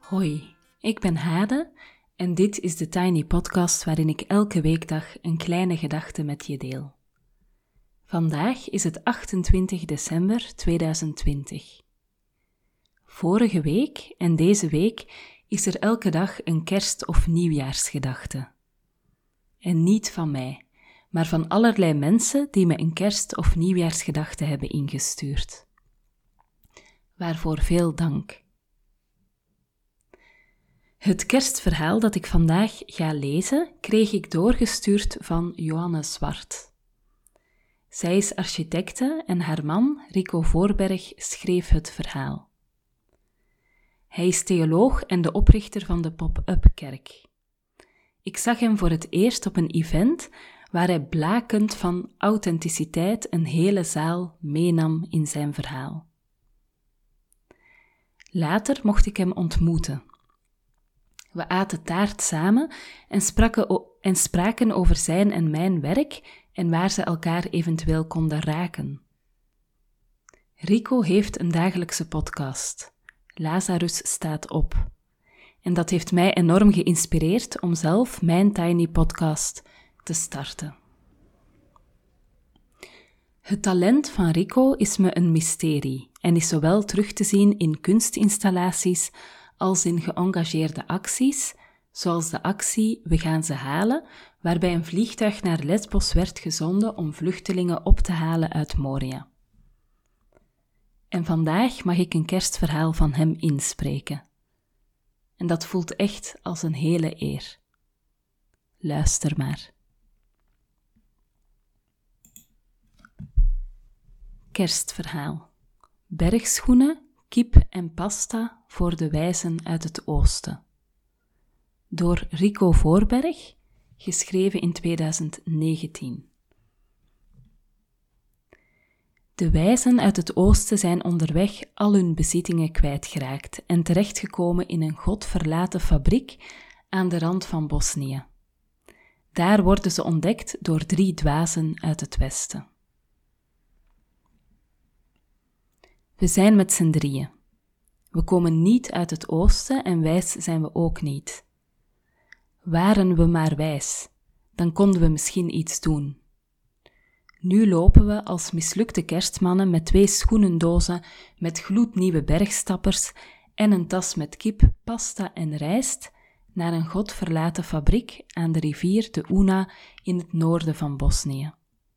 Hoi, ik ben Hade en dit is de Tiny Podcast waarin ik elke weekdag een kleine gedachte met je deel. Vandaag is het 28 december 2020. Vorige week en deze week is er elke dag een kerst- of nieuwjaarsgedachte. En niet van mij, maar van allerlei mensen die me een kerst- of nieuwjaarsgedachte hebben ingestuurd. Waarvoor veel dank. Het kerstverhaal dat ik vandaag ga lezen, kreeg ik doorgestuurd van Johanne Zwart. Zij is architecte en haar man, Rico Voorberg, schreef het verhaal. Hij is theoloog en de oprichter van de Pop-up Kerk. Ik zag hem voor het eerst op een event waar hij blakend van authenticiteit een hele zaal meenam in zijn verhaal. Later mocht ik hem ontmoeten. We aten taart samen en spraken over zijn en mijn werk en waar ze elkaar eventueel konden raken. Rico heeft een dagelijkse podcast. Lazarus staat op. En dat heeft mij enorm geïnspireerd om zelf mijn Tiny Podcast te starten. Het talent van Rico is me een mysterie en is zowel terug te zien in kunstinstallaties als in geëngageerde acties, zoals de actie We gaan ze halen, waarbij een vliegtuig naar Lesbos werd gezonden om vluchtelingen op te halen uit Moria. En vandaag mag ik een kerstverhaal van hem inspreken. En dat voelt echt als een hele eer. Luister maar. Kerstverhaal. Bergschoenen, kip en pasta voor de wijzen uit het oosten. Door Rico Voorberg, geschreven in 2019. De wijzen uit het oosten zijn onderweg al hun bezittingen kwijtgeraakt en terechtgekomen in een godverlaten fabriek aan de rand van Bosnië. Daar worden ze ontdekt door 3 dwazen uit het westen. We zijn met z'n 3. We komen niet uit het oosten en wijs zijn we ook niet. Waren we maar wijs, dan konden we misschien iets doen. Nu lopen we als mislukte kerstmannen met 2 schoenendozen met gloednieuwe bergstappers en een tas met kip, pasta en rijst naar een godverlaten fabriek aan de rivier de Una in het noorden van Bosnië.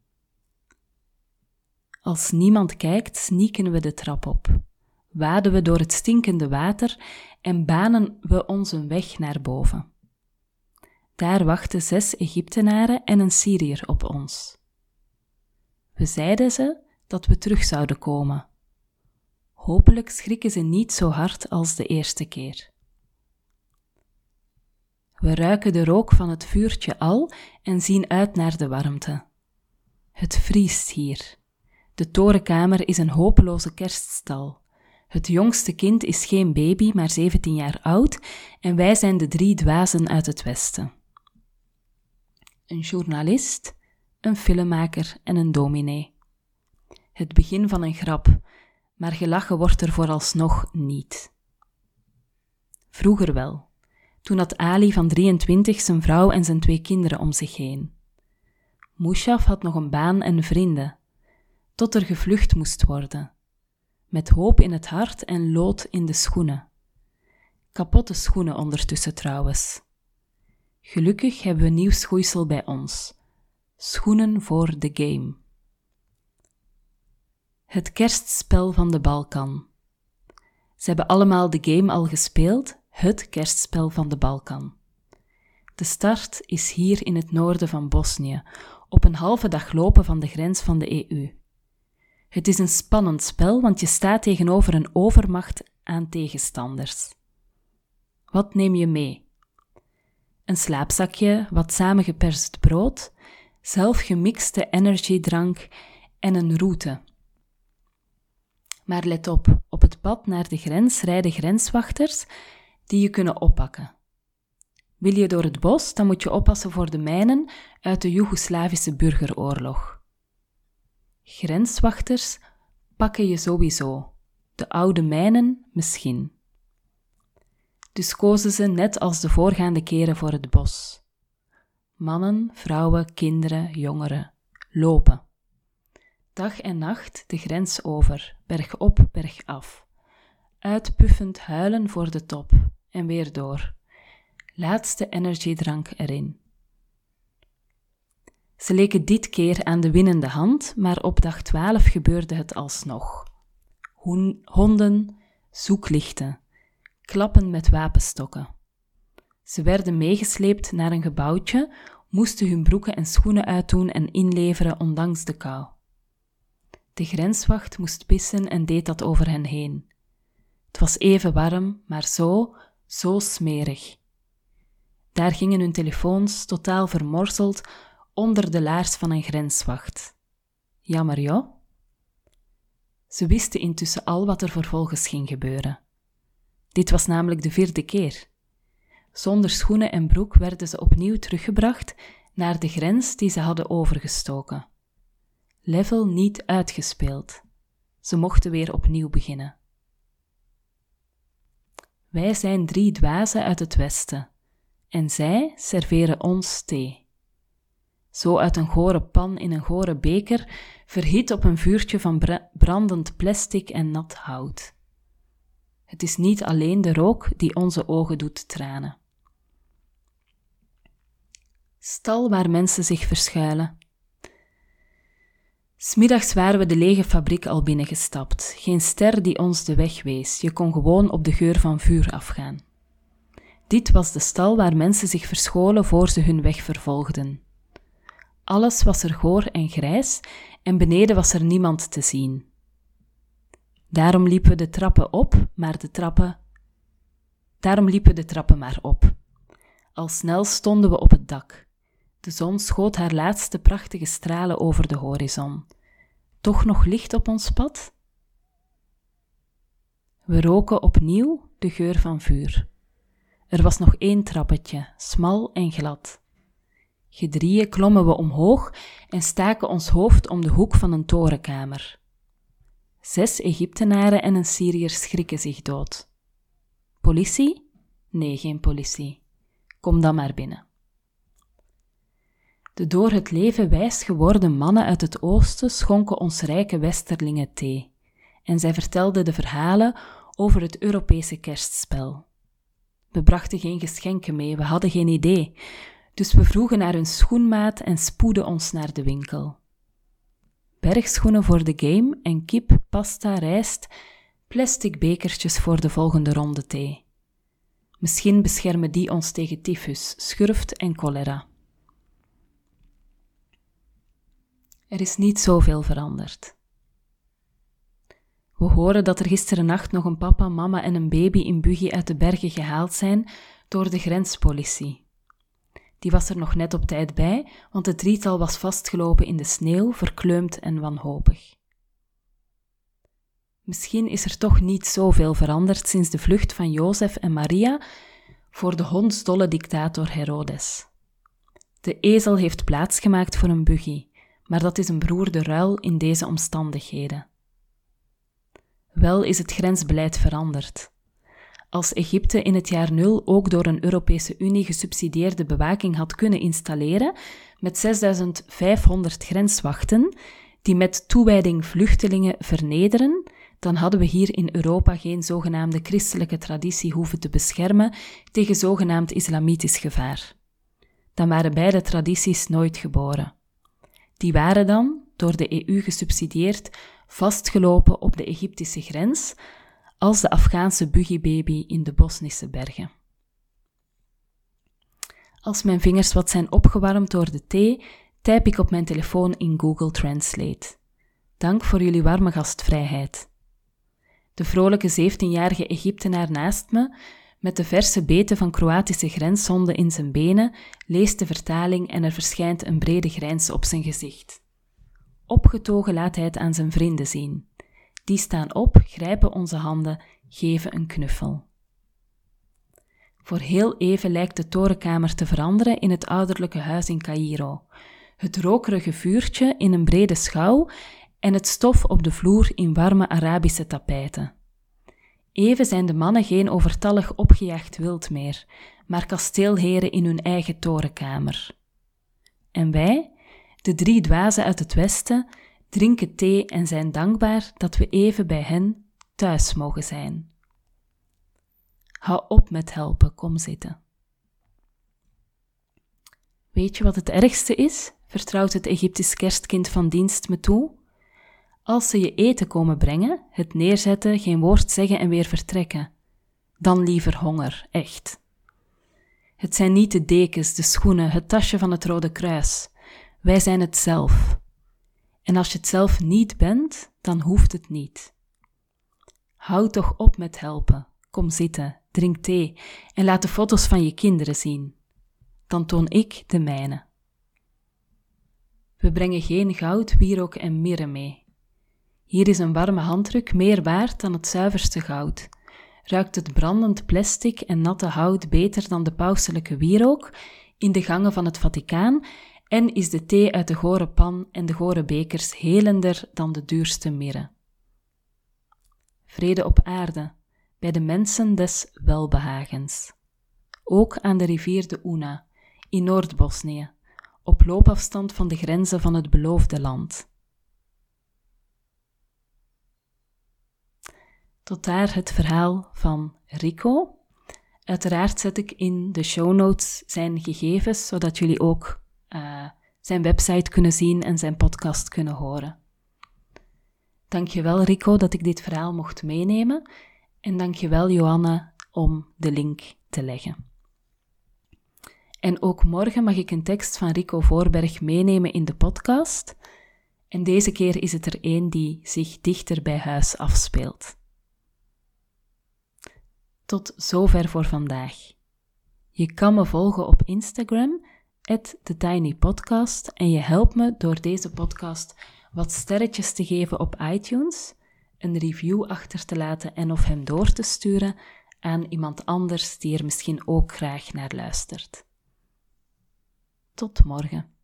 Als niemand kijkt, sneaken we de trap op, waden we door het stinkende water en banen we ons een weg naar boven. Daar wachten 6 Egyptenaren en een Syriër op ons. We zeiden ze dat we terug zouden komen. Hopelijk schrikken ze niet zo hard als de eerste keer. We ruiken de rook van het vuurtje al en zien uit naar de warmte. Het vriest hier. De torenkamer is een hopeloze kerststal. Het jongste kind is geen baby, maar 17 jaar oud en wij zijn de 3 dwazen uit het westen. Een journalist, een filmmaker en een dominee. Het begin van een grap, maar gelachen wordt er vooralsnog niet. Vroeger wel. Toen had Ali van 23 zijn vrouw en zijn 2 kinderen om zich heen. Moushaf had nog een baan en vrienden, tot er gevlucht moest worden. Met hoop in het hart en lood in de schoenen. Kapotte schoenen ondertussen trouwens. Gelukkig hebben we nieuw schoeisel bij ons. Schoenen voor de game. Het kerstspel van de Balkan. Ze hebben allemaal de game al gespeeld, het kerstspel van de Balkan. De start is hier in het noorden van Bosnië, op een halve dag lopen van de grens van de EU. Het is een spannend spel, want je staat tegenover een overmacht aan tegenstanders. Wat neem je mee? Een slaapzakje, wat samengeperst brood, zelfgemixte energiedrank en een route. Maar let op het pad naar de grens rijden grenswachters die je kunnen oppakken. Wil je door het bos, dan moet je oppassen voor de mijnen uit de Joegoslavische burgeroorlog. Grenswachters pakken je sowieso, de oude mijnen misschien. Dus kozen ze net als de voorgaande keren voor het bos. Mannen, vrouwen, kinderen, jongeren, lopen. Dag en nacht de grens over, berg op, berg af. Uitpuffend huilen voor de top en weer door. Laatste energiedrank erin. Ze leken dit keer aan de winnende hand, maar op dag 12 gebeurde het alsnog. Honden, zoeklichten, klappen met wapenstokken. Ze werden meegesleept naar een gebouwtje, moesten hun broeken en schoenen uitdoen en inleveren ondanks de kou. De grenswacht moest pissen en deed dat over hen heen. Het was even warm, maar zo smerig. Daar gingen hun telefoons, totaal vermorzeld, onder de laars van een grenswacht. Jammer, joh. Ze wisten intussen al wat er vervolgens ging gebeuren. Dit was namelijk de 4e keer. Zonder schoenen en broek werden ze opnieuw teruggebracht naar de grens die ze hadden overgestoken. Level niet uitgespeeld. Ze mochten weer opnieuw beginnen. Wij zijn 3 dwazen uit het westen en zij serveren ons thee. Zo uit een gore pan in een gore beker, verhit op een vuurtje van brandend plastic en nat hout. Het is niet alleen de rook die onze ogen doet tranen. Stal waar mensen zich verschuilen. 'S Middags waren we de lege fabriek al binnengestapt. Geen ster die ons de weg wees. Je kon gewoon op de geur van vuur afgaan. Dit was de stal waar mensen zich verscholen voor ze hun weg vervolgden. Alles was er goor en grijs en beneden was er niemand te zien. Daarom liepen de trappen maar op. Al snel stonden we op het dak. De zon schoot haar laatste prachtige stralen over de horizon. Toch nog licht op ons pad? We roken opnieuw de geur van vuur. Er was nog 1 trappetje, smal en glad. Gedrieën klommen we omhoog en staken ons hoofd om de hoek van een torenkamer. 6 Egyptenaren en een Syriër schrikken zich dood. Politie? Nee, geen politie. Kom dan maar binnen. De door het leven wijs geworden mannen uit het oosten schonken ons rijke westerlingen thee en zij vertelden de verhalen over het Europese kerstspel. We brachten geen geschenken mee, we hadden geen idee, dus we vroegen naar hun schoenmaat en spoedden ons naar de winkel. Bergschoenen voor de game en kip, pasta, rijst, plastic bekertjes voor de volgende ronde thee. Misschien beschermen die ons tegen tyfus, schurft en cholera. Er is niet zoveel veranderd. We horen dat er gisterennacht nog een papa, mama en een baby in buggy uit de bergen gehaald zijn door de grenspolitie. Die was er nog net op tijd bij, want het 3-tal was vastgelopen in de sneeuw, verkleumd en wanhopig. Misschien is er toch niet zoveel veranderd sinds de vlucht van Jozef en Maria voor de hondsdolle dictator Herodes. De ezel heeft plaatsgemaakt voor een buggy, maar dat is een beroerde ruil in deze omstandigheden. Wel is het grensbeleid veranderd. Als Egypte in het jaar 0 ook door een Europese Unie gesubsidieerde bewaking had kunnen installeren met 6500 grenswachten die met toewijding vluchtelingen vernederen, dan hadden we hier in Europa geen zogenaamde christelijke traditie hoeven te beschermen tegen zogenaamd islamitisch gevaar. Dan waren beide tradities nooit geboren. Die waren dan, door de EU gesubsidieerd, vastgelopen op de Egyptische grens, als de Afghaanse buggybaby in de Bosnische bergen. Als mijn vingers wat zijn opgewarmd door de thee, typ ik op mijn telefoon in Google Translate. Dank voor jullie warme gastvrijheid. De vrolijke 17-jarige Egyptenaar naast me, met de verse beten van Kroatische grenshonden in zijn benen, leest de vertaling en er verschijnt een brede grijns op zijn gezicht. Opgetogen laat hij het aan zijn vrienden zien. Die staan op, grijpen onze handen, geven een knuffel. Voor heel even lijkt de torenkamer te veranderen in het ouderlijke huis in Caïro. Het rokerige vuurtje in een brede schouw en het stof op de vloer in warme Arabische tapijten. Even zijn de mannen geen overtallig opgejaagd wild meer, maar kasteelheren in hun eigen torenkamer. En wij, de 3 dwazen uit het westen, drinken thee en zijn dankbaar dat we even bij hen thuis mogen zijn. Hou op met helpen, kom zitten. Weet je wat het ergste is? Vertrouwt het Egyptisch kerstkind van dienst me toe. Als ze je eten komen brengen, het neerzetten, geen woord zeggen en weer vertrekken. Dan liever honger, echt. Het zijn niet de dekens, de schoenen, het tasje van het Rode Kruis. Wij zijn het zelf. En als je het zelf niet bent, dan hoeft het niet. Hou toch op met helpen. Kom zitten, drink thee en laat de foto's van je kinderen zien. Dan toon ik de mijne. We brengen geen goud, wierook en mirre mee. Hier is een warme handdruk meer waard dan het zuiverste goud. Ruikt het brandend plastic en natte hout beter dan de pauselijke wierook in de gangen van het Vaticaan en is de thee uit de gore pan en de gore bekers helender dan de duurste mirre. Vrede op aarde, bij de mensen des welbehagens. Ook aan de rivier de Oena, in Noord-Bosnië, op loopafstand van de grenzen van het beloofde land. Tot daar het verhaal van Rico. Uiteraard zet ik in de show notes zijn gegevens, zodat jullie ook zijn website kunnen zien en zijn podcast kunnen horen. Dankjewel Rico dat ik dit verhaal mocht meenemen en dankjewel Johanna om de link te leggen. En ook morgen mag ik een tekst van Rico Voorberg meenemen in de podcast. En deze keer is het er één die zich dichter bij huis afspeelt. Tot zover voor vandaag. Je kan me volgen op Instagram, @thetinypodcast, en je helpt me door deze podcast wat sterretjes te geven op iTunes, een review achter te laten en of hem door te sturen aan iemand anders die er misschien ook graag naar luistert. Tot morgen.